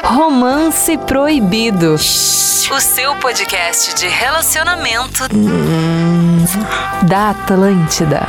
Romance Proibido. O seu podcast de relacionamento da Atlântida.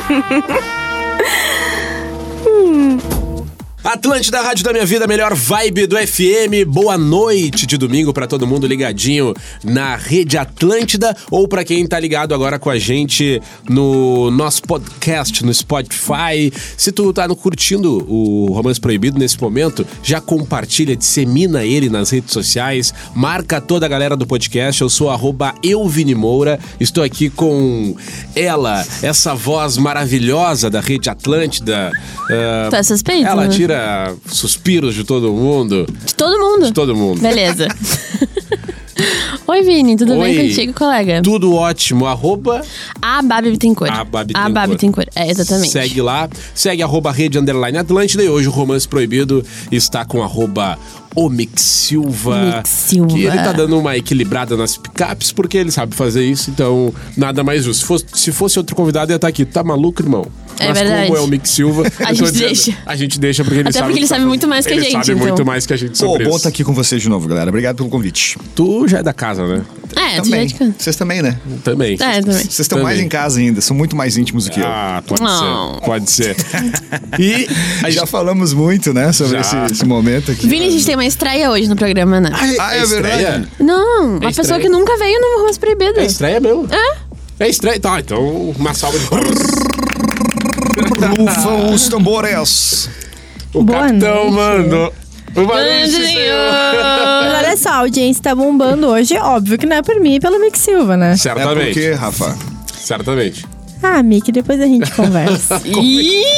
Atlântida, Rádio da Minha Vida, melhor vibe do FM. Boa noite de domingo pra todo mundo ligadinho na Rede Atlântida, ou pra quem tá ligado agora com a gente no nosso podcast no Spotify. Se tu tá curtindo o Romance Proibido nesse momento, já compartilha, dissemina ele nas redes sociais, marca toda a galera do podcast. Eu sou @euvinimoura, estou aqui com ela, essa voz maravilhosa da Rede Atlântida. Tá suspeito? Ela tira suspiros de todo mundo. De todo mundo? De todo mundo. Beleza. Oi, Vini, tudo Oi. bem contigo, colega? Tudo ótimo. @Babi Bittencourt. Babi Bittencourt. É, exatamente. Segue lá. Segue @Rede_Atlântida. E hoje o Romance Proibido está com o Mick Silva. Que ele tá dando uma equilibrada nas picapes, porque ele sabe fazer isso. Então, nada mais justo. Se fosse outro convidado, ia estar aqui. Tá maluco, irmão? É Mas verdade. como é o Mick Silva, A gente deixa porque ele Até sabe. porque ele sabe muito mais que a gente. Ele sabe então. muito mais que a gente sobre Bom isso. estar aqui com vocês de novo, galera. Obrigado pelo convite. Tu já é da casa, né? É, tu já é Também. de casa. Vocês também, né? Também. É, também. Vocês estão Também. mais em casa ainda, são muito mais íntimos do que eu. Ah, pode Não. ser. Pode ser. E a Já gente... falamos muito, né, sobre Já. esse momento aqui. Vini, a gente tem uma estreia hoje no programa, né? Ah, é verdade. Não, uma estreia? pessoa que nunca veio no Romance Proibido. É estreia mesmo? É estreia. Tá, então uma salva de palmas. Rufam os tambores. O Boa capitão, noite. mano. O Mas olha só, a audiência tá bombando hoje. Óbvio que não é por mim e pelo Mick Silva, né? É Certamente. porque, Rafa? Certamente. Ah, Mick, depois a gente conversa. Ih,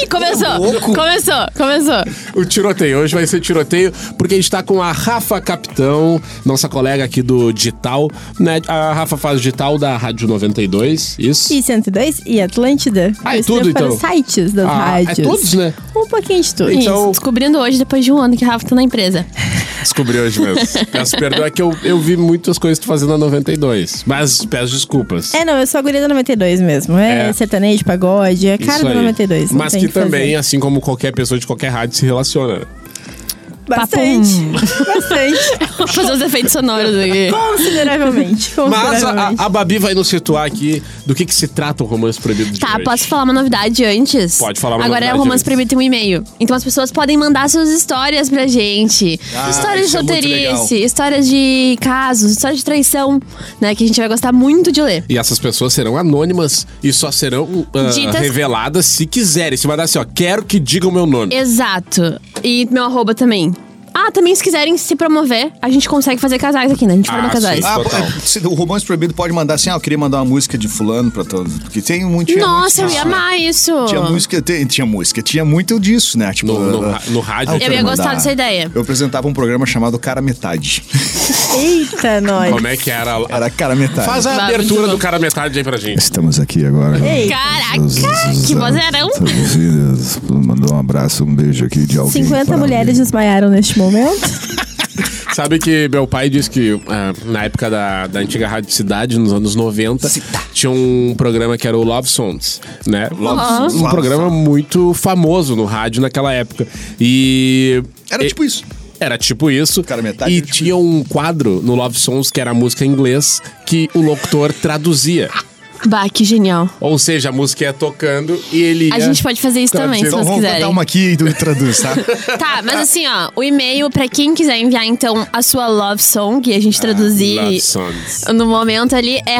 começou. O tiroteio. Hoje vai ser tiroteio, porque a gente tá com a Rafa Capitão, nossa colega aqui do Digital, né? A Rafa faz o Digital da Rádio 92, isso? E 102 e Atlântida. Ah, é Eu tudo, escrevo para então? os sites das rádios. É todos, né? Um pouquinho de tudo. Então- Isso, descobrindo hoje, depois de um ano que o Rafa tá na empresa. Descobri hoje mesmo. Peço perdão, é que eu vi muitas coisas tu fazendo na 92, mas peço desculpas. É, não, eu sou a guria da 92 mesmo. É sertanejo, pagode, é cara Isso da aí. 92. não Mas tem que o fazer. também, assim como qualquer pessoa de qualquer rádio, se relaciona. Bastante. Bastante. Vou fazer os efeitos sonoros aqui. Consideravelmente. Mas a Babi vai nos situar aqui do que se trata o Romance Proibido de Tá, hoje. posso falar uma novidade antes? Pode falar uma Agora novidade é o Romance antes. Proibido tem um e-mail. Então as pessoas podem mandar suas histórias pra gente. Histórias de isso é muito solteirice, histórias de casos, histórias de traição, né? Que a gente vai gostar muito de ler. E essas pessoas serão anônimas e só serão Ditas- reveladas se quiserem. Se mandar assim, ó, quero que digam o meu nome. Exato. E meu arroba também. Ah, também se quiserem se promover, a gente consegue fazer casais aqui, né? A gente forma casais. sim. Total. O Romance Proibido pode mandar assim, eu queria mandar uma música de fulano pra todos. Porque tem muito... Nossa, eu ia amar isso. Tinha muito disso, né? Tipo, No rádio. Eu ia gostar dessa ideia. Eu apresentava um programa chamado Cara Metade. Eita, nós. Como é que era? Era Cara Metade. Faz a Vai, abertura muito do bom. cara metade aí pra gente. Estamos aqui agora. Ei, Caraca, que vozeirão. Mandou um abraço, um beijo aqui de alguém. 50 mulheres desmaiaram neste momento. Sabe que meu pai disse que na época da antiga Rádio Cidade, nos anos 90, tinha um programa que era o Love Songs, né? Um programa muito famoso no rádio naquela época. E... Era tipo isso. Era tipo isso. Cara, metade e era tipo tinha um quadro no Love Songs que era a música em inglês que o locutor traduzia. Bah, que genial. Ou seja, a música ia tocando e ele ia... A gente pode fazer isso também, se Então, vocês Vamos quiserem. cantar uma aqui e tu traduz, tá? Tá, mas assim, ó, o e-mail, pra quem quiser enviar, então, a sua love song, e a gente traduzir Love Songs. no momento ali, é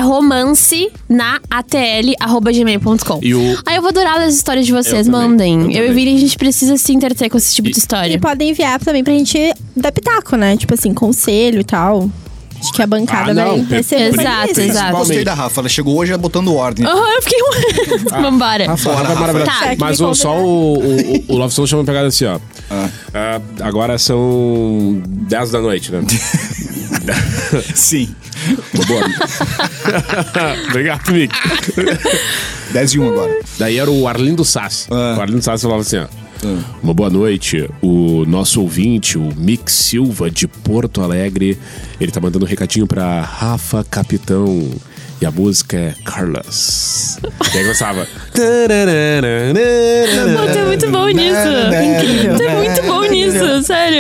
romancenaatl@gmail.com. E o- Aí eu vou adorar as histórias de vocês, Eu também, mandem. eu Eu e o também. Vini, a gente precisa se entreter com esse tipo de história. E podem enviar também pra gente dar pitaco, né? Tipo assim, conselho e tal. Acho que a bancada não, vai receber. Exato, isso. exato. Gostei da Rafa, ela chegou hoje botando ordem. Aham, eu fiquei... Vambora. Rafa, Bora, é maravilhoso. Tá. Mas só o Love Songs chama uma pegada assim, ó. Agora são 10 da noite, né? Sim. Boa. Obrigado, Mick. 10:01 agora. Daí era o Arlindo Sassi. O Arlindo Sassi falava assim, ó. Uma boa noite, o nosso ouvinte, o Mick Silva de Porto Alegre, ele tá mandando um recadinho pra Rafa Capitão. E a música é Carlos. E aí começava. Pô, tu é muito bom nisso. Incrível. Tu é muito bom nisso, sério.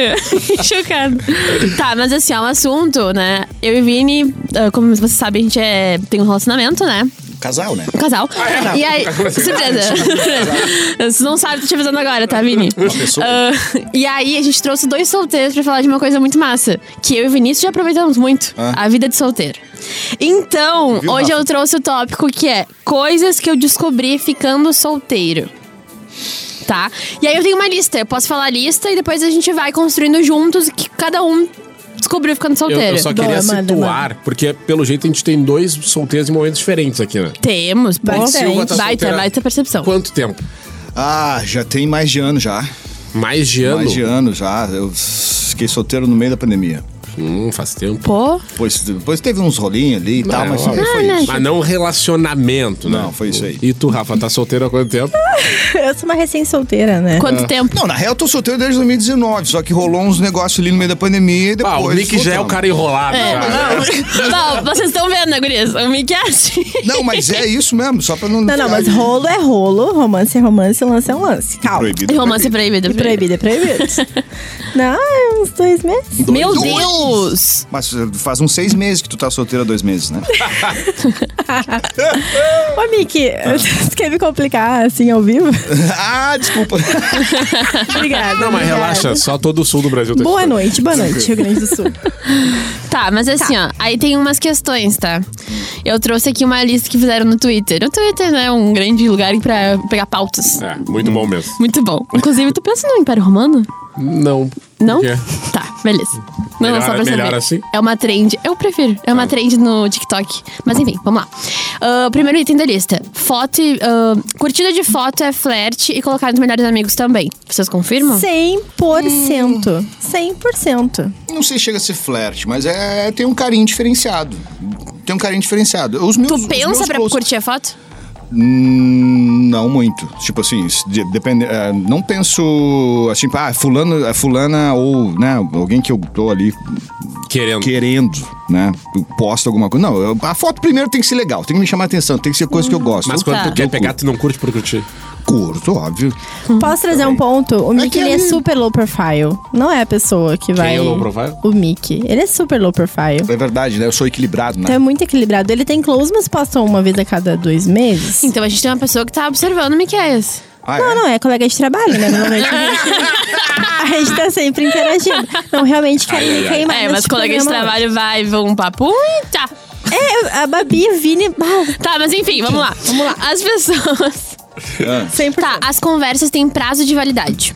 Chocado. Tá, mas assim, é um assunto, né? Eu e Vini, como você sabe, a gente tem um relacionamento, né? Casal, né? Um casal. E aí, surpresa. Você não sabe, tô te avisando agora, tá, Vini? E aí, a gente trouxe 2 solteiros pra falar de uma coisa muito massa. Que eu e o Vinícius já aproveitamos muito. A vida de solteiro. Então, hoje eu trouxe o tópico que é coisas que eu descobri ficando solteiro. Tá? E aí eu tenho uma lista. Eu posso falar a lista e depois a gente vai construindo juntos o que cada um descobriu ficando solteiro. Eu só queria situar, porque pelo jeito a gente tem 2 solteiros em momentos diferentes aqui, né? Temos, Silva tá solteira. baita percepção. Quanto tempo? Já tem mais de ano já. Mais de ano? Mais de ano já. Eu fiquei solteiro no meio da pandemia. Faz tempo. Pô. Depois teve uns rolinhos ali e tal, mas foi isso. Mas não relacionamento, né? Não, foi isso aí. E tu, Rafa, tá solteiro há quanto tempo? Eu sou uma recém-solteira, né? Quanto tempo? Não, na real eu tô solteiro desde 2019, só que rolou uns negócios ali no meio da pandemia e depois... O Mickey já é o cara enrolado. Não, vocês estão vendo, né, gurias? O Mickey é assim. Não, mas é isso mesmo, só pra não... Não, mas rolo é rolo, romance é romance, lance é um lance. Calma. Proibido. E romance é proibido. Proibido é proibido. Não, é uns 2 meses. Meu Deus! Mas faz uns 6 meses que tu tá solteira, 2 meses, né? Ô, Mickey, você quer me complicar assim ao vivo? Desculpa. Obrigada. Não, mas relaxa, só todo o sul do Brasil tem Boa noite, Rio Grande do Sul. Tá, mas assim, ó, aí tem umas questões, tá? Eu trouxe aqui uma lista que fizeram no Twitter. O Twitter, né, é um grande lugar pra pegar pautas. Muito bom mesmo. Muito bom. Inclusive, tu pensa no Império Romano? Não. Não? Por quê? Tá, beleza. Não, Melhor- só pra melhor saber. assim? É uma trend. Eu prefiro. É uma trend no TikTok. Mas enfim, vamos lá. Primeiro item da lista. Foto. Curtida de foto é flerte e colocar nos melhores amigos também. Vocês confirmam? 100%. 100%. Não sei se chega a ser flerte, mas tem um carinho diferenciado. Tem um carinho diferenciado. Os meus, Tu pensa pra curtir a foto? Não muito. Tipo assim, depende. Não penso assim, fulana ou, né, alguém que eu tô ali querendo, né? Posta alguma coisa. Não, a foto primeiro tem que ser legal, tem que me chamar a atenção, tem que ser coisa que eu gosto. Mas quando tu quer pegar, tu não curte por curtir. Curto, óbvio. Posso trazer um ponto? O Mickey, ele é super low profile. Não é a pessoa que vai... Quem é low profile? O Mickey. Ele é super low profile. É verdade, né? Eu sou equilibrado, né? Então é muito equilibrado. Ele tem close, mas posta uma vez a cada 2 meses. Então a gente tem uma pessoa que tá observando o Miqueias. Não, é colega de trabalho, né? Normalmente a gente tá sempre interagindo. Não, realmente queima. Mas colega de trabalho vai ver um papo e tá. A Babi e o Vini... Tá, mas enfim, vamos lá. As pessoas... 100%. Tá, as conversas têm prazo de validade.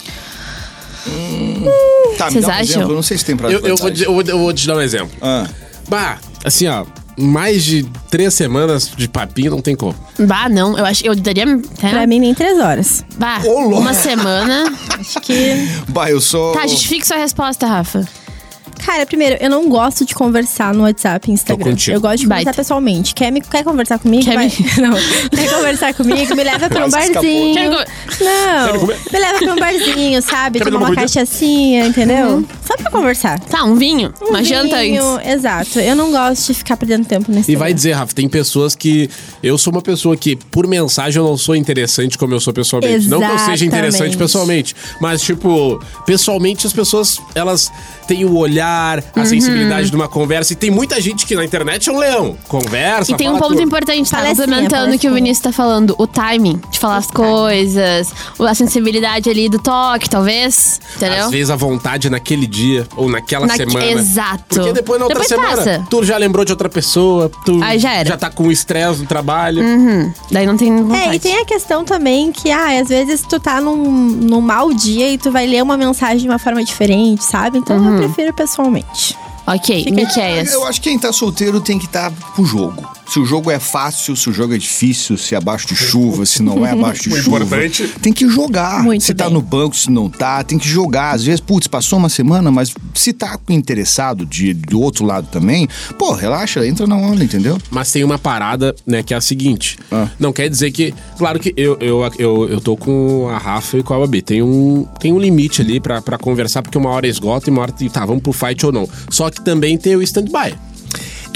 Tá, Vocês me dá um acham? exemplo. Eu não sei se tem pra Eu vou te dar um exemplo. Assim, ó, mais de 3 semanas de papinho não tem como. Bah, não, eu daria... Pra mim, nem 3 horas. Bah, uma semana. Acho que... Eu sou... Tá, justifique sua resposta, Rafa. Cara, primeiro, eu não gosto de conversar no WhatsApp e Instagram. Eu gosto de conversar pessoalmente. Quer conversar comigo? Quer conversar comigo? Me leva pra um barzinho. Me leva pra um barzinho, sabe? Tomar uma cachaçinha, entendeu? Só pra conversar. Tá, um vinho. Uma janta antes. Exato. Eu não gosto de ficar perdendo tempo nesse E vai dizer, Rafa, tem pessoas que... Eu sou uma pessoa que, por mensagem, eu não sou interessante como eu sou pessoalmente. Não que eu seja interessante pessoalmente. Mas, tipo, pessoalmente as pessoas, elas têm o olhar, a sensibilidade de uma conversa. E tem muita gente que na internet é um leão. Conversa, E tem um ponto importante, tá? Complementando o que o Vinícius tá falando. O timing de falar as coisas. A sensibilidade ali do toque, talvez. Entendeu? Às vezes a vontade naquele dia ou naquela semana. Exato. Porque depois na outra semana, passa. tu já lembrou de outra pessoa. Tu Aí já era. já tá com estresse no trabalho. Daí não tem vontade. E tem a questão também que, às vezes tu tá num mau dia e tu vai ler uma mensagem de uma forma diferente, sabe? Então eu prefiro pessoalmente. Ok, Miqueias. Eu acho que quem tá solteiro tem que estar pro jogo. Se o jogo é fácil, se o jogo é difícil, se é abaixo de chuva, se não é abaixo de chuva. Importante. Tem que jogar. Muito se tá bem. no banco, se não tá, tem que jogar. Às vezes, passou uma semana, mas se tá interessado do outro lado também, relaxa, entra na onda, entendeu? Mas tem uma parada, né, que é a seguinte. Não quer dizer que... Claro que eu tô com a Rafa e com a Babi. Tem um limite ali pra conversar, porque uma hora esgota e uma hora... Tá, vamos pro fight ou não. Só que também tem o stand-by.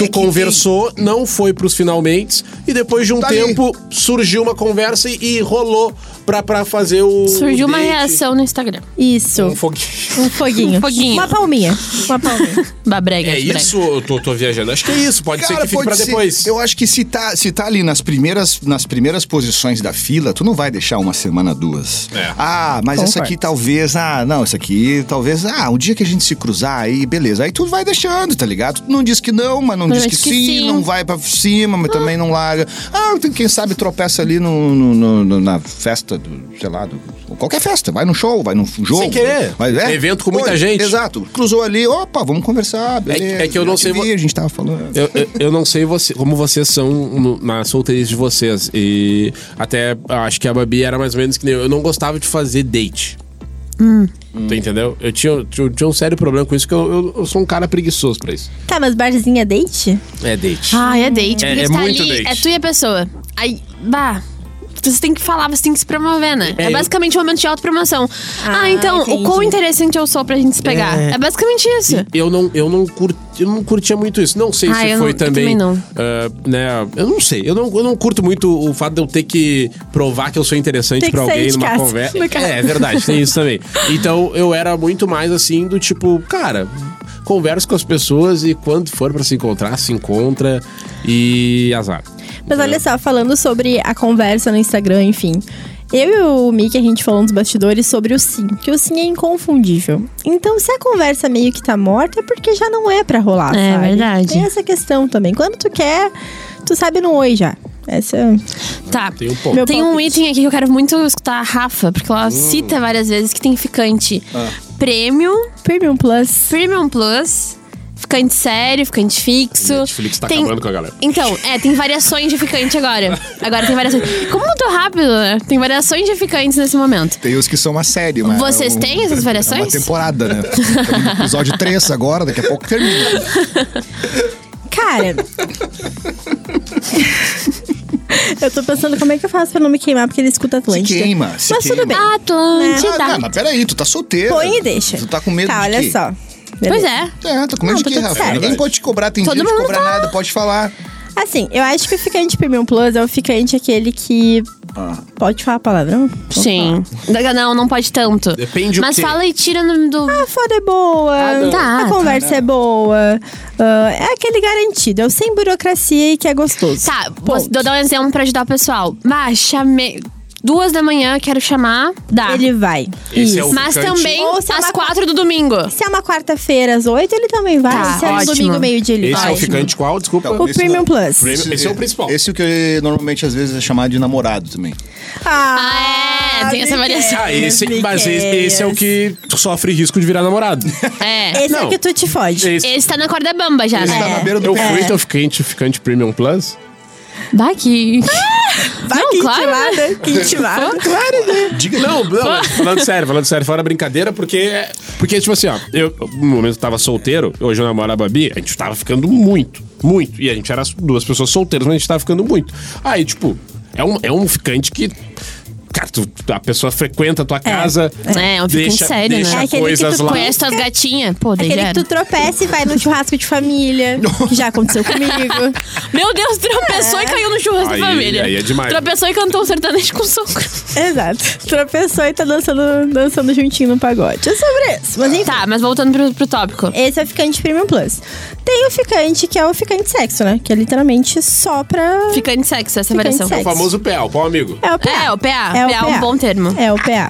Tu conversou, não foi pros finalmente, e depois de um tempo surgiu uma conversa e rolou pra fazer o Surgiu uma reação no Instagram. Isso. Um foguinho. Um foguinho. Uma palminha. Babrega. É isso ou eu tô viajando? Acho que é isso, pode ser que fique pra depois. Eu acho que se tá ali nas primeiras posições da fila, tu não vai deixar uma semana, 2. Mas essa aqui talvez, essa aqui talvez, um dia que a gente se cruzar, aí beleza. Aí tu vai deixando, tá ligado? Tu não diz que não, mas não diz que sim, não vai pra cima, mas também não larga. Quem sabe tropeça ali na festa qualquer festa, vai no show, vai num jogo. Sem querer. Evento com muita gente. Exato. Cruzou ali, vamos conversar, beleza. É que eu não sei... a gente tava falando. Eu não sei como vocês são na solteirice de vocês. E até acho que a Babi era mais ou menos que nem eu. Eu não gostava de fazer date. Tu entendeu? Eu tinha um sério problema com isso, que eu sou um cara preguiçoso pra isso. Tá, mas barzinho é date? É date. É date. É tá muito ali, date. é tu e a pessoa. Aí, você tem que falar, você tem que se promover, né? É basicamente um momento de autopromoção. Então, entendi. O quão interessante eu sou pra gente se pegar. É basicamente isso. Eu não curtia muito isso. Não sei se foi também. Eu também não. Eu não sei. Eu não curto muito o fato de eu ter que provar que eu sou interessante pra alguém numa conversa. É verdade, tem isso também. Então, eu era muito mais assim do tipo, cara, converso com as pessoas e quando for pra se encontrar, se encontra e azar. Mas olha só, falando sobre a conversa no Instagram, enfim. Eu e o Mickey, a gente falou nos bastidores sobre o sim, que o sim é inconfundível. Então, se a conversa meio que tá morta, é porque já não é pra rolar, sabe? É verdade. Tem essa questão também. Quando tu quer, tu sabe no oi já. Essa... Tá. Tem um ponto. Tem um item aqui que eu quero muito escutar a Rafa, porque ela cita várias vezes que tem ficante Premium Plus, ficante sério, ficante fixo. Netflix tá acabando com a galera. Então, tem variações de ficante agora. Agora tem variações. Como mudou rápido, né? Tem variações de ficantes nesse momento. Tem os que são uma série, mas... Vocês têm essas variações? É uma temporada, né? Estamos no episódio 3 agora, daqui a pouco termina. Cara... Eu tô pensando como é que eu faço pra não me queimar, porque ele escuta Atlântida. Se queima. Tudo bem. Atlântida. Mas peraí, tu tá solteira. Põe e deixa. Tu tá com medo de olha quê? só. Pois é. Tá com medo de quê, tudo Rafa? certo. Ninguém pode te cobrar, tem Todo gente que mundo cobrar nada, pode falar. Assim, eu acho que o ficante Premium Plus é o ficante aquele que... Pode falar palavrão? Sim. Não pode tanto. Depende Mas o quê? fala e tira do... A foda é boa, a conversa é boa, é aquele garantido, é o sem burocracia e que é gostoso. Tá, vou dar um exemplo pra ajudar o pessoal. Chamei... 2 da manhã, quero chamar, dá. Ele vai. Esse é o Mas ficante. também Ou se é às uma 4 do domingo. Se é uma quarta-feira às 8, ele também vai. Tá, se é no ótimo. domingo, meio-dia, ele Esse vai. é o ficante qual? Desculpa. Então, O esse Premium Plus. Esse é o principal. Esse é o que normalmente às vezes é chamado de namorado também. Tem essa variação. Mas esse é o que tu sofre risco de virar namorado. Esse é o que tu te fode. Esse tá na corda bamba já, Esse né? tá na beira do Eu pé. fui teu ficante Premium Plus. Vai que... Vai, Não, que claro, intimada, que intimada. Claro, né? Diga não, falando sério, fora brincadeira, porque tipo assim, eu no momento eu tava solteiro, hoje eu namoro a Babi, a gente tava ficando muito, e a gente era 2 pessoas solteiras, mas a gente tava ficando muito. Aí, tipo, é um ficante que... Cara, a pessoa frequenta a tua casa. É um ficante sério, né? Deixa É aquele coisas que tu lá. Conhece tuas gatinhas. Pô, daí Aquele já que tu tropeça e vai no churrasco de família, que já aconteceu comigo. Meu Deus, tropeçou e caiu no churrasco da família. Aí é demais. Tropeçou e cantou um sertanejo com sogro. Exato. Tropeçou e tá dançando juntinho no pagode. É sobre isso. Mas enfim. Tá, mas voltando pro tópico. Esse é o ficante Premium Plus. Tem o ficante que é o ficante sexo, né? Que é literalmente só pra... Ficante sexo, essa Ficante variação. sexo. O famoso PA, o pau amigo. É o PA. É, o PA. É o PA é um PA. bom termo. É o PA.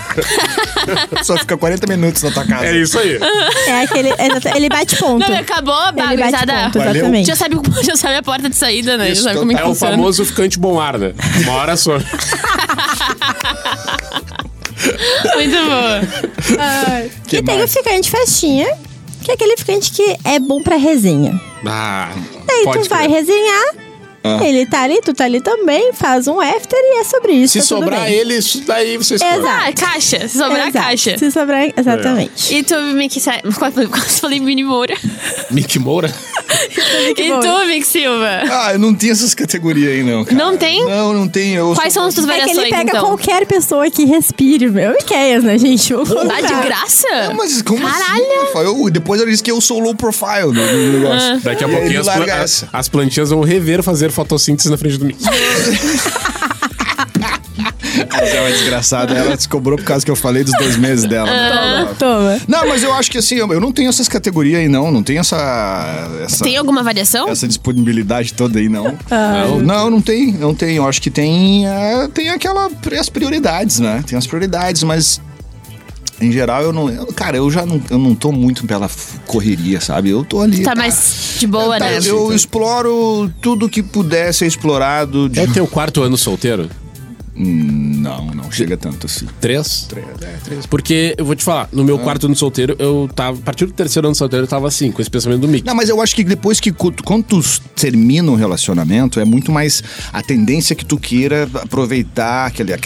Só fica 40 minutos na tua casa. É isso aí. É aquele... Ele bate ponto. Não, acabou, Ele bate bagunçada. ponto, exatamente. Já sabe a porta de saída, né? Isso, Já sabe como é que É o funciona. famoso ficante bom ar, né? Uma hora só. Muito boa. E tem o ficante festinha, que é aquele ficante que é bom pra resenha. Aí pode tu vai crer. resenhar, ele tá ali, tu tá ali também, faz um after e é sobre isso. Se tá tudo sobrar bem. ele, isso daí você escolhe. Exato. Caixa. Se sobrar, Exato. caixa. Se sobrar, exatamente. E tu, Mickey, quase falei Mini Moura. Mickey Moura? E tu, Vic Silva? Eu não tenho essas categorias aí, não, cara. Não tem? Não tenho. Quais são as tuas variações, ele pega então? qualquer pessoa que respire, meu. Miqueias, né, gente? Dá de graça? Mas como Caralho. assim? Depois ele disse que eu sou low profile no negócio. Daqui a pouquinho as plantinhas vão fazer fotossíntese na frente do Mickey. Mas é uma desgraçada. Ela se cobrou por causa que eu falei dos 2 meses dela. Toma. Não, mas eu acho que assim, eu não tenho essas categorias aí, não tenho essa... Tem alguma variação? Essa disponibilidade toda aí, não. Não tem. Eu acho que tem as prioridades, né? Tem as prioridades, mas... Em geral, eu não tô muito pela correria, sabe? Eu tô ali. Tá mais de boa, né? Eu exploro tudo que puder ser explorado. É o teu 4º ano solteiro? Não chega tanto assim. 3? 3. Porque, eu vou te falar, no meu 4º ano solteiro, eu tava... A partir do 3º ano solteiro, eu tava assim, com esse pensamento do Mickey. Não, mas eu acho que depois que... Quando tu termina um relacionamento, é muito mais a tendência que tu queira aproveitar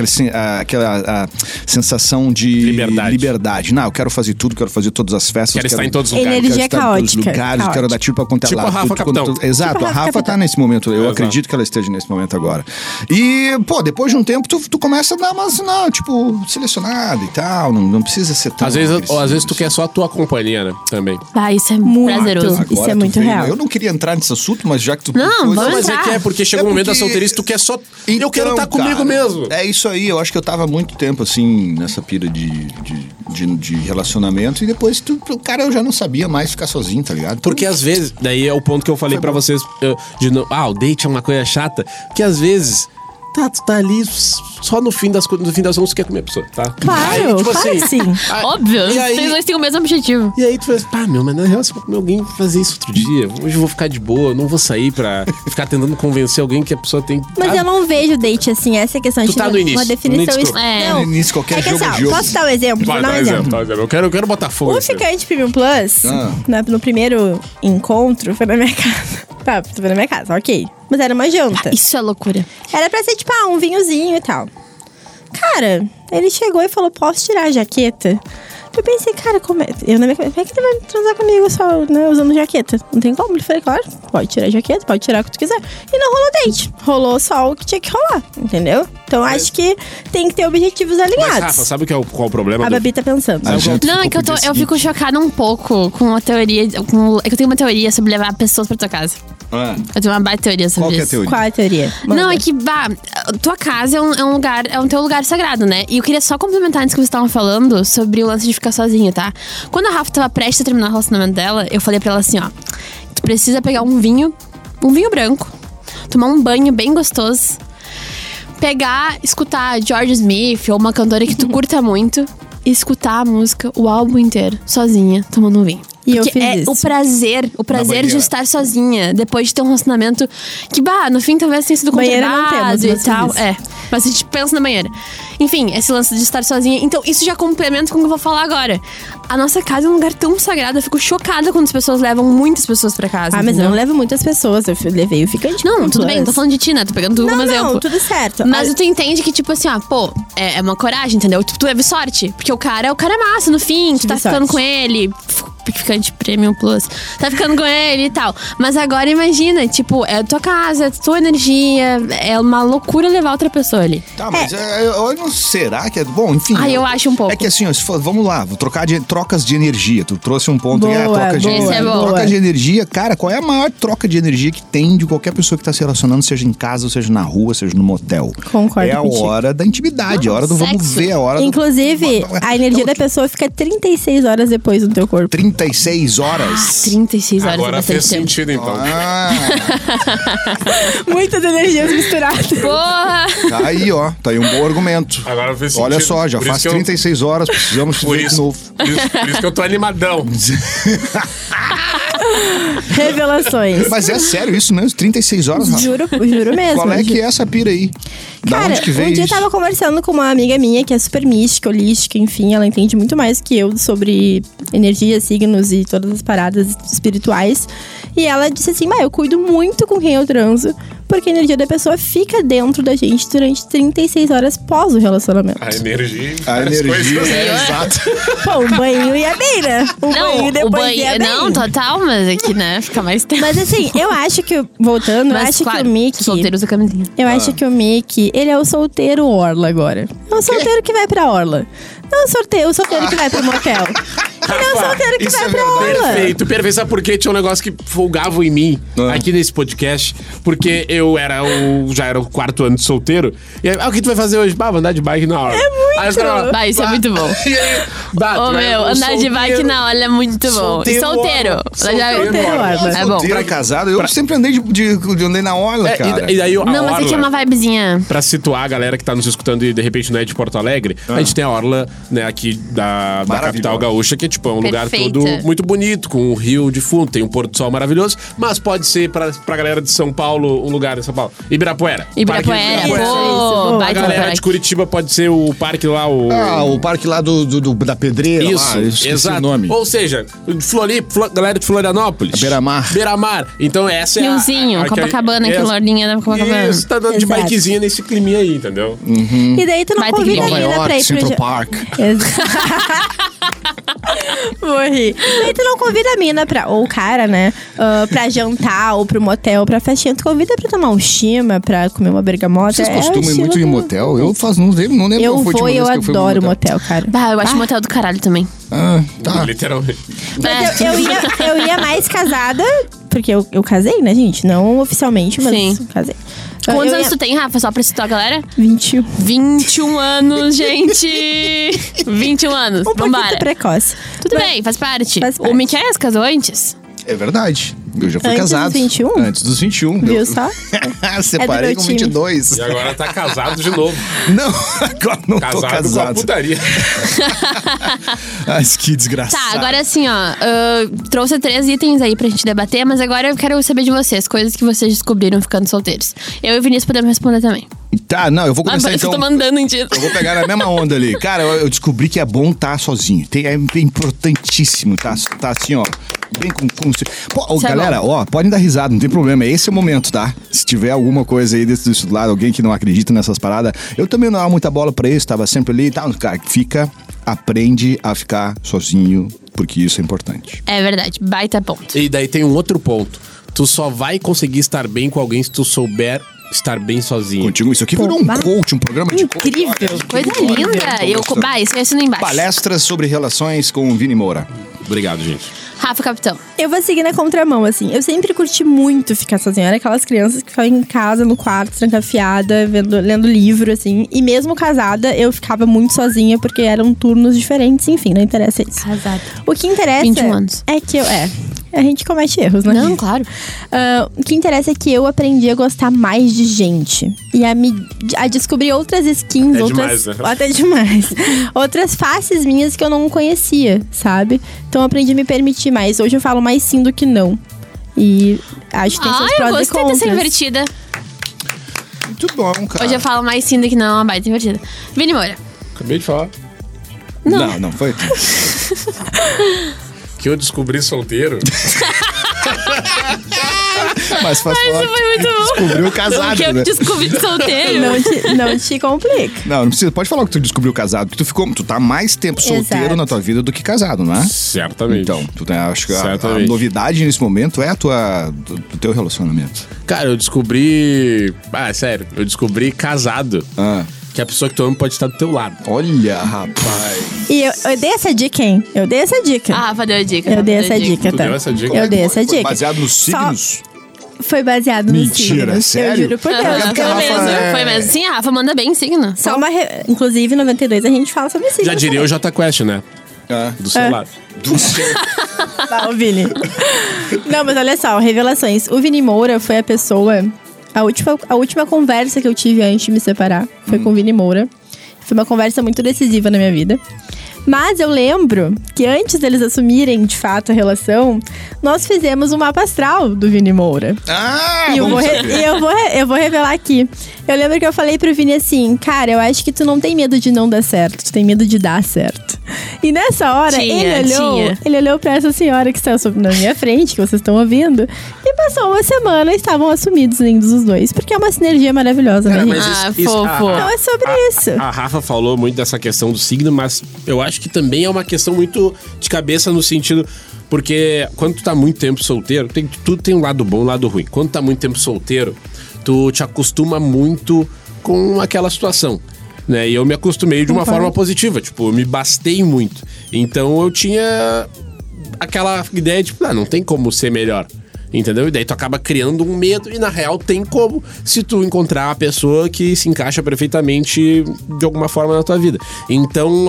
aquela sensação de liberdade. Não, eu quero fazer tudo, quero fazer todas as festas. Quero estar em todos os lugares. Energia caótica. Quero dar tiro pra contar tipo lá. A Rafa, capitão. Exato, tipo a Rafa tá nesse momento. Eu acredito que ela esteja nesse momento agora. E, depois de um tempo, tu começa a dar umas, selecionado e tal, não precisa ser tão... Às vezes tu quer só a tua companhia, né? Também. Isso é muito prazeroso. Agora isso é muito real. Eu não queria entrar nesse assunto, mas já que tu... Mas é porque chega um momento da solteirice, tu quer só... eu quero estar comigo mesmo. É isso aí, eu acho que eu tava há muito tempo, assim, nessa pira de relacionamento, e depois eu já não sabia mais ficar sozinho, tá ligado? Porque às vezes, daí é o ponto que eu falei pra vocês, o date é uma coisa chata, que às vezes... tu tá ali só no fim das contas tu quer comer a pessoa, tá? Claro, aí, tipo claro assim, que sim. Óbvio, vocês dois têm o mesmo objetivo. E aí tu fala, mas na real, se eu comer alguém fazer isso outro dia, hoje eu vou ficar de boa, não vou sair pra ficar tentando convencer alguém que a pessoa tem... Mas eu não vejo date assim, essa é a questão. Tu tá no início. Uma definição... No início, qualquer jogo é jogo. Posso dar um exemplo? Vai, dá um exemplo. Eu quero botar fogo. O ficante Premium Plus, no primeiro encontro, foi na minha casa. Foi na minha casa, ok. Mas era uma janta. Isso é loucura. Era pra ser, um vinhozinho e tal. Cara, ele chegou e falou, posso tirar a jaqueta? Eu pensei, cara, como é que ele vai transar comigo só, né, usando jaqueta? Não tem como. Ele falou, claro, pode tirar a jaqueta, pode tirar o que tu quiser. E não rolou date. Rolou só o que tinha que rolar, entendeu? Então acho que tem que ter objetivos alinhados. Mas, Rafa, sabe qual é o problema? A Babi tá pensando. Não, é que eu fico chocada um pouco com a teoria... É que eu tenho uma teoria sobre levar pessoas pra tua casa. Eu tenho uma baita teoria sobre isso. Qual é a teoria? Manda. Não, é que, tua casa é um teu lugar sagrado, né? E eu queria só complementar antes que vocês estavam falando sobre o lance de ficar sozinha, tá? Quando a Rafa tava prestes a terminar o relacionamento dela, eu falei pra ela assim, tu precisa pegar um vinho branco, tomar um banho bem gostoso, escutar George Smith ou uma cantora que tu curta muito e escutar a música, o álbum inteiro, sozinha, tomando um vinho. E porque eu fiz isso. o prazer de estar sozinha, depois de ter um relacionamento que, no fim talvez tenha sido conturbado e tal. Mas a gente pensa na banheira. Enfim, esse lance de estar sozinha. Então, isso já complementa com o que eu vou falar agora. A nossa casa é um lugar tão sagrado. Eu fico chocada quando as pessoas levam muitas pessoas pra casa. Mas eu não levo muitas pessoas. Eu levei o ficante. Não, tudo bem. Tô falando de ti, né? Tô pegando tu como exemplo. Não, tudo certo. Mas tu entende que, é uma coragem, entendeu? Tu leva sorte. Porque o cara é massa, no fim. Tu tá ficando com ele. Ficante Premium Plus. Tá ficando com ele e tal. Mas agora imagina, é a tua casa, é a tua energia. É uma loucura levar outra pessoa ali. Tá, mas será que é bom? Enfim. Eu acho um pouco. É que assim, vamos lá, vou trocar trocas de energia. Tu trouxe um ponto boa, troca de energia. Troca de energia, cara, qual é a maior troca de energia que tem de qualquer pessoa que tá se relacionando, seja em casa, ou seja na rua, seja no motel? Concordo. É a hora da intimidade, a hora do vamos ver, a hora Inclusive, a energia da pessoa fica 36 horas depois no teu corpo. 36 horas? 36 horas. Agora fez sentido, então. Muitas energias misturadas. Porra! Tá aí, tá aí um bom argumento. Agora fez sentido. Olha só, já faz 36 horas, precisamos fazer de novo. Por isso que eu tô animadão. Revelações. Mas é sério isso mesmo? 36 horas, Rafa? Juro mesmo. Qual é que é essa pira aí? Cara, onde que veio um dia isso? eu tava conversando com uma amiga minha que é super mística, holística, enfim, ela entende muito mais que eu sobre energia, signos e todas as paradas espirituais. E ela disse assim, eu cuido muito com quem eu transo, porque a energia da pessoa fica dentro da gente durante 36 horas pós o relacionamento. A energia. Exato. Pô, o banho ia bem, né? O banho ia bem. Não, total, mas aqui, né? Fica mais tempo. Mas assim, eu acho que, voltando, eu acho que o Mickey... Solteiro usa camisinha. Eu acho que o Mickey, ele é o solteiro orla agora. É o solteiro que vai pra orla. Não é o solteiro que vai pro motel. Ele é o solteiro que vai pra orla. Perfeito. Sabe por quê? Tinha um negócio que folgava em mim aqui nesse podcast. Porque eu já era o 4º ano de solteiro. E aí, o que tu vai fazer hoje? Vou andar de bike na hora. É muito. Isso é muito bom. Andar de bike na hora é muito bom. E solteiro. É bom. Solteiro, casado. Eu sempre andei andei na orla, cara. E daí, não, mas aqui é uma vibezinha. Pra situar a galera que tá nos escutando e de repente não é de Porto Alegre, a gente tem a orla, né, aqui da capital gaúcha, que é tipo um lugar todo muito bonito, com um rio de fundo, tem um pôr do sol maravilhoso, mas pode ser pra galera de São Paulo, um lugar em São Paulo. Ibirapuera. Pô, a galera de Curitiba pode ser o parque lá, o parque lá da Pedreira. Isso, exato. O nome. Ou seja, galera de Florianópolis. Beira-Mar. Então essa é Riozinho, Copacabana, que lordinha da Copacabana. Isso, tá dando de bikezinha nesse climinha aí, entendeu? E daí tu não convida a mina pra ir Central Park. Morri. E aí tu não convida a mina ou o cara, né? Pra jantar, ou pro motel, pra festinha. Tu convida pra tomar um chima, pra comer uma bergamota. Vocês costumam ir muito em motel? Eu não lembro. Eu adoro motel, cara. Eu acho motel do caralho também. Tá. Literalmente. Mas eu ia mais casada, porque eu casei, né, gente? Não oficialmente, mas casei. Quantos anos tu tem, Rafa? Só pra citar a galera? 21. 21 anos, gente! 21 anos. Um pouquinho precoce. Tudo bem, faz parte. O Miquel casou antes? É verdade. Eu já fui casado. Antes dos 21? Viu só? Separei com 22. E agora tá casado de novo. Não, agora não tô casado. Casado com a putaria. Ai, que desgraçado. Tá, agora assim, trouxe 3 itens aí pra gente debater, mas agora eu quero saber de vocês, coisas que vocês descobriram ficando solteiros. Eu e o Vinícius podemos responder também. Tá, não, eu vou começar então. Eu tô mandando em ti. Eu vou pegar na mesma onda ali. Cara, eu descobri que é bom estar sozinho. É importantíssimo tá assim, ó. Bem com Pô, galera, podem dar risada, não tem problema. Esse é o momento, tá? Se tiver alguma coisa aí desse lado, alguém que não acredita nessas paradas, eu também não dava muita bola pra isso, tava sempre ali e tal. Cara, aprende a ficar sozinho, porque isso é importante. É verdade, baita ponto. E daí tem um outro ponto. Tu só vai conseguir estar bem com alguém se tu souber estar bem sozinho. Contigo, isso aqui virou um coach, um programa de coach. Incrível, coisa linda. Isso assina embaixo. Palestras sobre relações com o Vini Moura. Obrigado, gente. Rafa, capitão. Eu vou seguir na contramão, assim. Eu sempre curti muito ficar sozinha. Era aquelas crianças que ficavam em casa, no quarto, trancafiada, lendo livro, assim. E mesmo casada, eu ficava muito sozinha, porque eram turnos diferentes. Enfim, não interessa isso. Casada. O que interessa 21 anos. É que a gente comete erros, né? Não, claro. O que interessa é que eu aprendi a gostar mais de gente. E a descobrir outras skins. Demais, né? Até demais. Outras faces minhas que eu não conhecia, sabe? Então eu aprendi a me permitir mais. Hoje eu falo mais sim do que não. E acho que tem seus prós e contras. Eu gostei dessa invertida. Muito bom, cara. Hoje eu falo mais sim do que não, é uma baita invertida. Vini Moura. Acabei de falar. Não foi. Que eu descobri solteiro. Mas faz falar isso foi muito bom. Descobriu casado, que eu descobri solteiro. Não te complica. Não precisa. Pode falar o que tu descobriu casado, porque tu tá mais tempo solteiro na tua vida do que casado, não é? Certamente. Então, acho que a novidade nesse momento é do teu relacionamento. Cara, eu descobri... sério. Eu descobri casado. Que a pessoa que tu ama pode estar do teu lado. Olha, rapaz. E eu dei essa dica, hein? Eu dei essa dica. Rafa deu a dica. Eu dei essa dica, tá? Tu deu essa dica? Eu dei essa dica. Baseado nos signos? Foi baseado nos signos. Mentira, sério? Eu juro por Deus. Foi mesmo. Sim, a Rafa manda bem signo. Só Inclusive, em 92 a gente fala sobre signos. Já diria o Jota Quest, né? Do seu lado. Do seu. Tá, o Vini. Não, mas olha só, revelações. O Vini Moura foi a pessoa... A última conversa que eu tive antes de me separar foi com o Vini Moura. Foi uma conversa muito decisiva na minha vida. Mas eu lembro que antes deles assumirem, de fato, a relação, nós fizemos um mapa astral do Vini Moura. E eu vou revelar aqui. Eu lembro que eu falei pro Vini assim, cara, eu acho que tu não tem medo de não dar certo, tu tem medo de dar certo. E nessa hora, ele olhou pra essa senhora que está na minha frente, que vocês estão ouvindo, e Passou uma semana e estavam assumidos, lindos os dois. Porque é uma sinergia maravilhosa, né, gente? Fofo. Então é sobre isso. A Rafa falou muito dessa questão do signo, mas eu acho que também é uma questão muito de cabeça no sentido... Porque quando tu tá muito tempo solteiro, tudo tem um lado bom e um lado ruim. Quando tu tá muito tempo solteiro, tu te acostuma muito com aquela situação, né? E eu me acostumei de uma forma positiva, tipo, eu me bastei muito. Então eu tinha aquela ideia de, não tem como ser melhor. Entendeu? E daí tu acaba criando um medo e na real tem como se tu encontrar a pessoa que se encaixa perfeitamente de alguma forma na tua vida. Então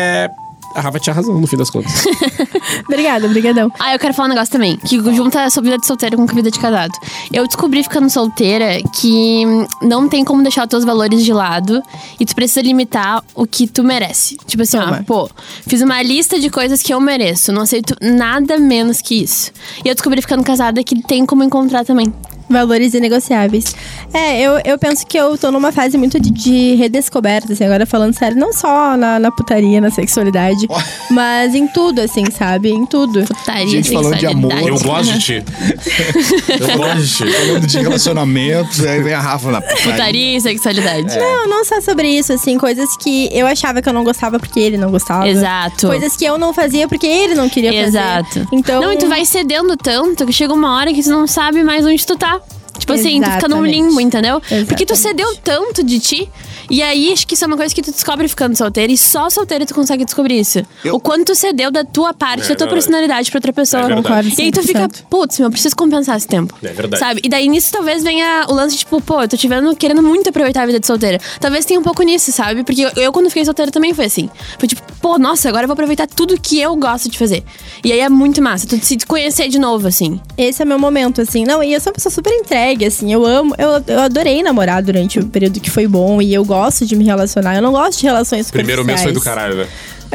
a Rafa tinha razão, no fim das contas. Obrigada, brigadão. Eu quero falar um negócio também, que junta a sua vida de solteiro com a vida de casado. Eu descobri ficando solteira que não tem como deixar os teus valores de lado e tu precisa limitar o que tu merece. Tipo assim, fiz uma lista de coisas que eu mereço, não aceito nada menos que isso. E eu descobri ficando casada que tem como encontrar também. Valores inegociáveis. Eu penso que eu tô numa fase muito de redescoberta, assim, agora falando sério, não só na putaria, na sexualidade, mas em tudo, assim, sabe? Em tudo. Putaria, gente falando de amor. Eu gosto de ti. Eu gosto de ti. Falando de relacionamento, aí vem a Rafa na putaria e sexualidade. Não só sobre isso, assim, coisas que eu achava que eu não gostava porque ele não gostava. Exato. Coisas que eu não fazia porque ele não queria fazer. Exato. Então... Não, e tu vai cedendo tanto que chega uma hora que tu não sabe mais onde tu tá. Tipo assim, tu fica num limbo, entendeu? Exatamente. Porque tu cedeu tanto de ti. E aí, acho que isso é uma coisa que tu descobre ficando solteiro. E só solteiro tu consegue descobrir isso. O quanto tu cedeu da tua parte, da tua personalidade pra outra pessoa. Concordo, e aí tu fica, putz, eu preciso compensar esse tempo. É verdade. Sabe? E daí nisso talvez venha o lance de tipo, eu tô querendo muito aproveitar a vida de solteira. Talvez tenha um pouco nisso, sabe? Porque eu quando fiquei solteira também foi assim. Foi tipo, nossa, agora eu vou aproveitar tudo que eu gosto de fazer. E aí é muito massa, tu se conhecer de novo, assim. Esse é meu momento, assim. Não, e eu sou uma pessoa super entregue, assim. Eu adorei namorar durante o período que foi bom. E eu gosto de me relacionar. Eu não gosto de relações superficiais. Primeiro mês foi do caralho, né?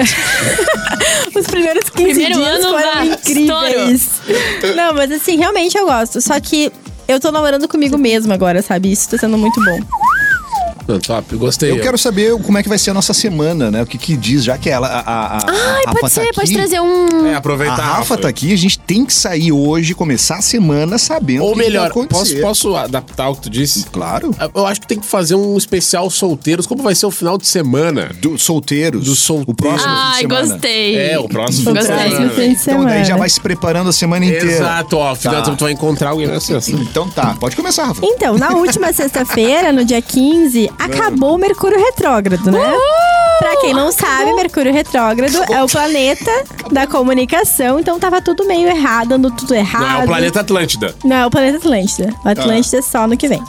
Os primeiros 15 dias foram incríveis. Não, mas assim, realmente eu gosto. Só que eu tô namorando comigo mesma agora, sabe? Isso tá sendo muito bom. Top, eu gostei. Eu quero saber como é que vai ser a nossa semana, né? O que diz, já que ela. Pode ser, pode trazer um. Aproveitar. A Rafa tá aqui, a gente tem que sair hoje, começar a semana sabendo o que melhor, vai acontecer. Posso adaptar o que tu disse? Claro. Eu acho que tem que fazer um especial solteiros. Como vai ser o final de semana? Solteiros. Do solteiro. O próximo fim de semana. Gostei. O próximo fim de semana. Então daí já vai se preparando a semana inteira. Exato, final tu vai encontrar alguém na sexta. Então tá, pode começar, Rafa. Então, na última sexta-feira, no dia 15, acabou o Mercúrio retrógrado, né? Pra quem não sabe, Mercúrio retrógrado é o planeta da comunicação, então tava tudo meio errado, dando tudo errado. Não é o planeta Atlântida. Não é o planeta Atlântida. O Atlântida é só no que vem.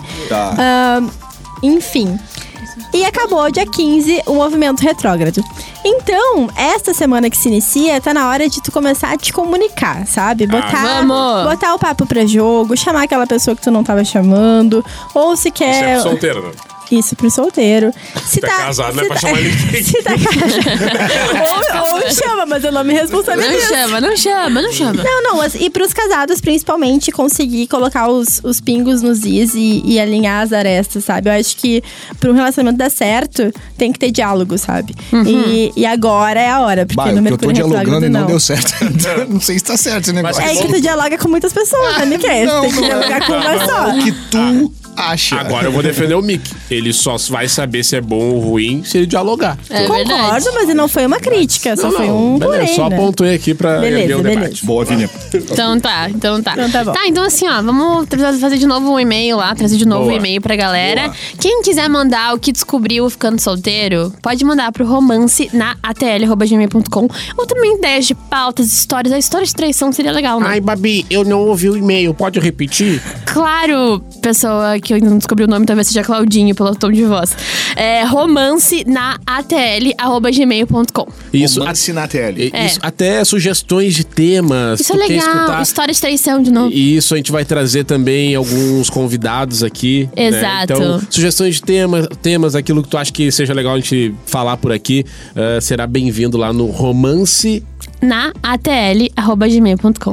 Enfim. E acabou dia 15 o movimento retrógrado. Então, esta semana que se inicia, tá na hora de tu começar a te comunicar, sabe? Botar o papo pra jogo, chamar aquela pessoa que tu não tava chamando, ou se quer... Isso é solteiro, né? Isso, pro solteiro. Se tá casado, não é pra chamar ninguém. Se tá casado. ou chama, mas eu não me responsabilizo. Não chama. Não, e pros casados, principalmente, conseguir colocar os pingos nos is e alinhar as arestas, sabe? Eu acho que pra um relacionamento dar certo, tem que ter diálogo, sabe? E agora é a hora, porque no Mercúrio eu tô dialogando e não deu certo. Não sei se tá certo esse negócio. É que tu dialoga com muitas pessoas, né, Miquel? Tem que dialogar com uma só. O que tu acha. Agora eu vou defender o Mick. Ele só vai saber se é bom ou ruim se ele dialogar. Concordo, mas não foi uma crítica, só foi um porém, só né? apontei aqui pra erguer o debate. Boa, Vini. Então tá. Então tá bom. Tá, então assim, vamos fazer de novo um e-mail lá, trazer de novo um e-mail pra galera. Boa. Quem quiser mandar o que descobriu ficando solteiro, pode mandar pro romance na atl@gmail.com. Ou também ideias de pautas, histórias. A história de traição seria legal, né? Ai, Babi, eu não ouvi o e-mail. Pode repetir? Claro, pessoa que eu ainda não descobri o nome, talvez seja Claudinho, pelo tom de voz. Romance na atl@gmail.com. Isso, romance na ATL. Isso, até sugestões de temas. Isso é legal, história de traição de novo. E isso, a gente vai trazer também alguns convidados aqui. Exato. Né? Então, sugestões de temas, aquilo que tu acha que seja legal a gente falar por aqui, será bem-vindo lá no romance na atl@gmail.com.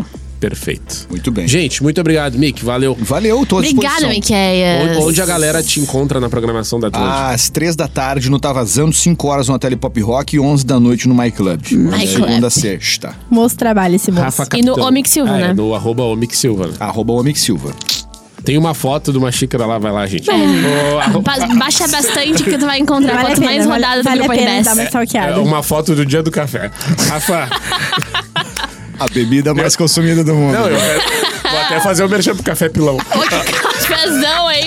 Perfeito. Muito bem. Gente, muito obrigado, Mick. Valeu. Valeu, tô à disposição. Obrigada, Miqueias. Onde a galera te encontra na programação da Atlântida? Às 3 da tarde no Tá Vazando, 5 horas no Tele Pop Rock e 11 da noite no My Club. Segunda a sexta. Moço trabalho esse moço. Rafa E no Omix Silva, né? No @Omix Silva. Né? @Omix Silva. Tem uma foto de uma xícara lá, vai lá, gente. Baixa bastante que tu vai encontrar. Quanto mais rodada do meu podcast. Uma foto do dia do café. Rafa... A bebida mais consumida do mundo. Não, eu vou até fazer o merchan pro Café Pilão. Cafézão, hein?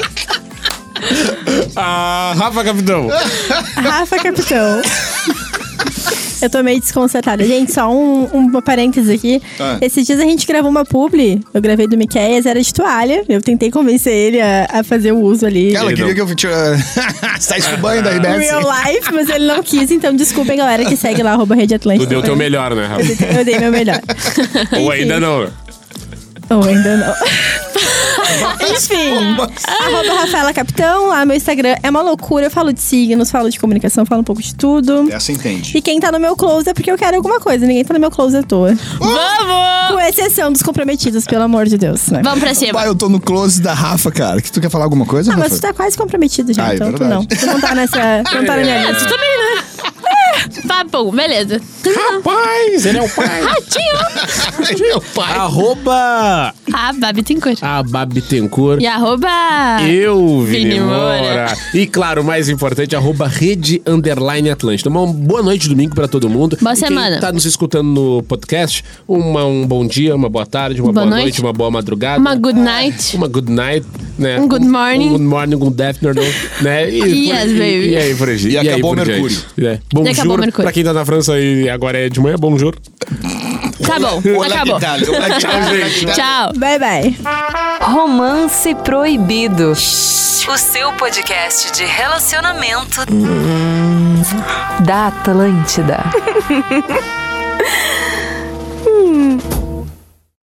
Rafa Capitão. Rafa Capitão. Eu tô meio desconcertada. Gente, só um parênteses aqui. Esses dias a gente gravou uma publi. Eu gravei do Miqueias, era de toalha. Eu tentei convencer ele a fazer o uso ali. Ela queria que eu... Você tá escubando da RBS. Real life, mas ele não quis. Então desculpem, galera, que segue lá, @Rede Atlântida. Tu deu teu melhor, né, Rafa? Eu dei meu melhor. Ou ainda não. Ou ainda não. Enfim, @Rafaela Capitão, lá meu Instagram é uma loucura. Eu falo de signos, falo de comunicação, falo um pouco de tudo. Essa entende. E quem tá no meu close é porque eu quero alguma coisa. Ninguém tá no meu close à toa. Vamos! Com exceção dos comprometidos, pelo amor de Deus. Né? Vamos pra cima. Pai, eu tô no close da Rafa, cara. Que tu quer falar alguma coisa, Rafa? Mas tu tá quase comprometido já, então tu não. Tu não tá nessa. Tu não tá na minha lista. Tu também, né? Papo, beleza. Rapaz, ele é o pai. Ratinho. Ele é o pai. Babi Tencourt. Babi Tencourt. E eu, Vini Moura. E claro, o mais importante, @Rede_Atlântida. Uma boa noite domingo pra todo mundo. Boa semana. Quem tá nos escutando no podcast, um bom dia, uma boa tarde, uma boa noite, uma boa madrugada. Uma good night. Uma good night, né? Um good morning. Um good morning, um good afternoon, né? Yes, baby. E aí, por aí. E acabou o Mercúrio. Bonjour. Pra quem tá na França e agora é de manhã, bonjour. Tá bom, acabou. Tchau, gente. Tchau. Bye, bye. Romance Proibido. O seu podcast de relacionamento da Atlântida.